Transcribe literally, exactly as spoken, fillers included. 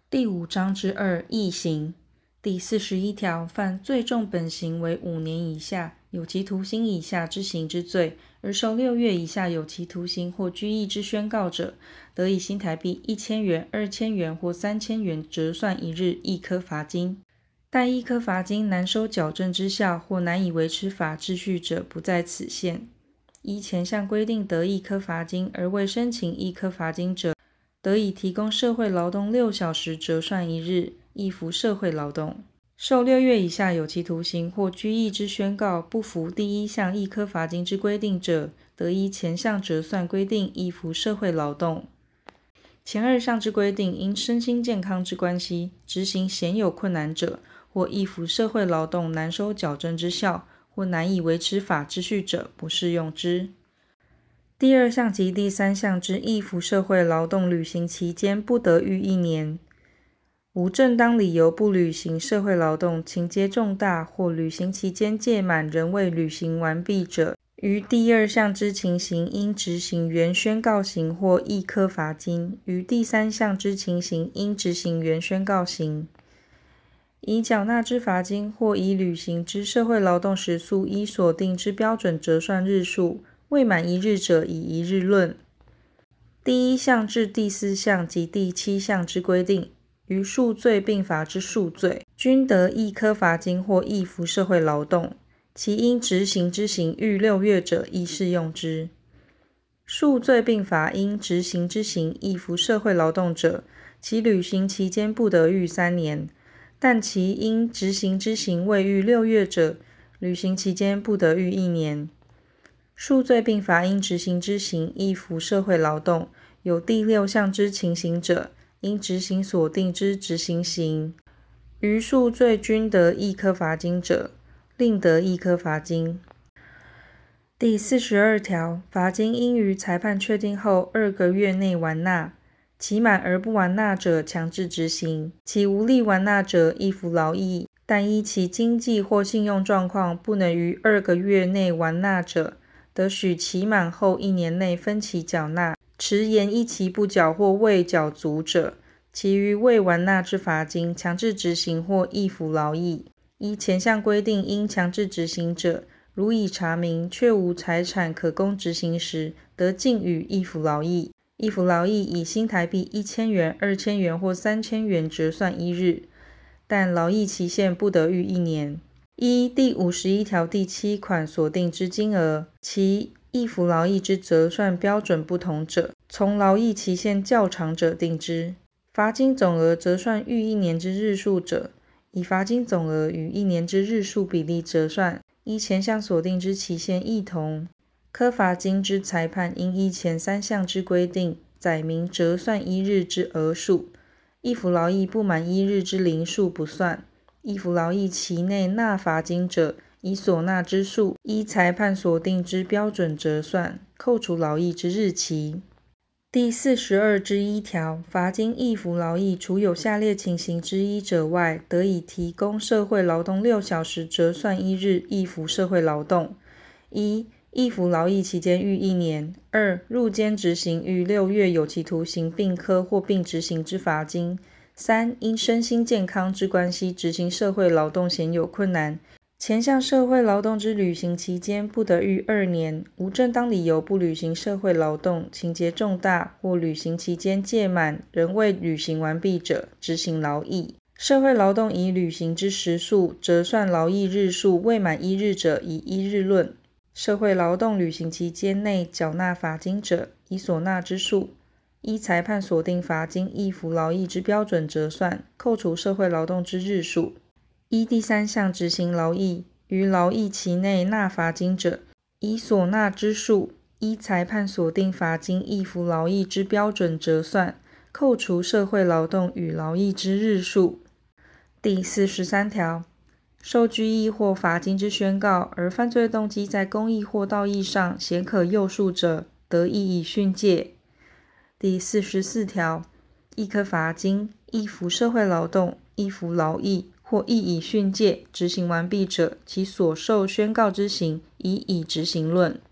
第五章之二异刑第四十一条，犯最重本刑为五年以下有期徒刑以下之刑之罪，而受六月以下有期徒刑或拘役之宣告者，得以新台币一千元、二千元或三千元折算一日一科罚金。但一科罚金难收矫正之效或难以维持法秩序者，不在此限。依前项规定得一科罚金而未申请一科罚金者，得以提供社会劳动六小时折算一日，一服社会劳动。受六月以下有期徒刑或拘役之宣告，不服第一项一科罚金之规定者，得依前项折算规定一服社会劳动。前二项之规定，因身心健康之关系，执行鲜有困难者，或一服社会劳动难收矫正之效，或难以维持法秩序者，不适用之。第二项及第三项之一服社会劳动履行期间不得逾一年，无正当理由不履行社会劳动，情节重大，或履行期间届满仍未履行完毕者，于第二项之情形应执行原宣告刑或一科罚金，于第三项之情形应执行原宣告刑。已缴纳之罚金或已履行之社会劳动时数依所定之标准折算日数，未满一日者以一日论。第一项至第四项及第七项之规定，于数罪并罚之数罪，均得一科罚金或一服社会劳动，其应执行之刑逾六月者，亦适用之。数罪并罚应执行之刑一服社会劳动者，其履行期间不得逾三年，但其应执行之刑未逾六月者，履行期间不得逾一年。数罪并罚应执行之刑一服社会劳动，有第六项之情形者，应执行所定之执行刑。于数罪均得一科罚金者，另得一科罚金。第四十二条，罚金应于裁判确定后二个月内完纳，期满而不完纳者强制执行，其无力完纳者亦服劳役，但依其经济或信用状况不能于二个月内完纳者，得许期满后一年内分期缴纳，迟延一期不缴或未缴足者，其余未完纳之罚金，强制执行或亦服劳役。依前项规定应强制执行者，如已查明确无财产可供执行时，得禁予亦服劳役。亦服劳役以新台币一千元、二千元或三千元折算一日，但劳役期限不得逾一年。依第五十一条第七款所定之金额，其亦服劳役之折算标准不同者，从劳役期限较长者定之。罚金总额折算逾一年之日数者，以罚金总额与一年之日数比例折算，依前项所定之期限异同。科罚金之裁判应依前三项之规定，载明折算一日之额数。亦服劳役不满一日之零数不算。亦服劳役期内纳罚金者，以所纳之数依裁判所定之标准折算，扣除劳役之日期。第四十二之一条，罚金亦服劳役除有下列情形之一者外，得以提供社会劳动六小时折算一日亦服社会劳动：一、亦服劳役期间逾一年；二、入监执行逾六月有期徒刑并科或并执行之罚金；三、因身心健康之关系执行社会劳动鲜有困难，前项社会劳动之履行期间不得逾二年，无正当理由不履行社会劳动，情节重大，或履行期间届满仍未履行完毕者，执行劳役。社会劳动已履行之时数，折算劳役日数未满一日者，以一日论。社会劳动履行期间内缴纳罚金者，以所纳之数，依裁判所定罚金亦服劳役之标准折算，扣除社会劳动之日数。依第三项执行劳役，于劳役期内纳罚金者，以所纳之数，依裁判所定罚金亦服劳役之标准折算，扣除社会劳动与劳役之日数。第四十三条，受拘役或罚金之宣告，而犯罪动机在公益或道义上显可诱述者，得予以训诫。第四十四条，一科罚金，亦服社会劳动，亦服劳役，或亦以训诫执行完毕者，其所受宣告之刑，已以执行论。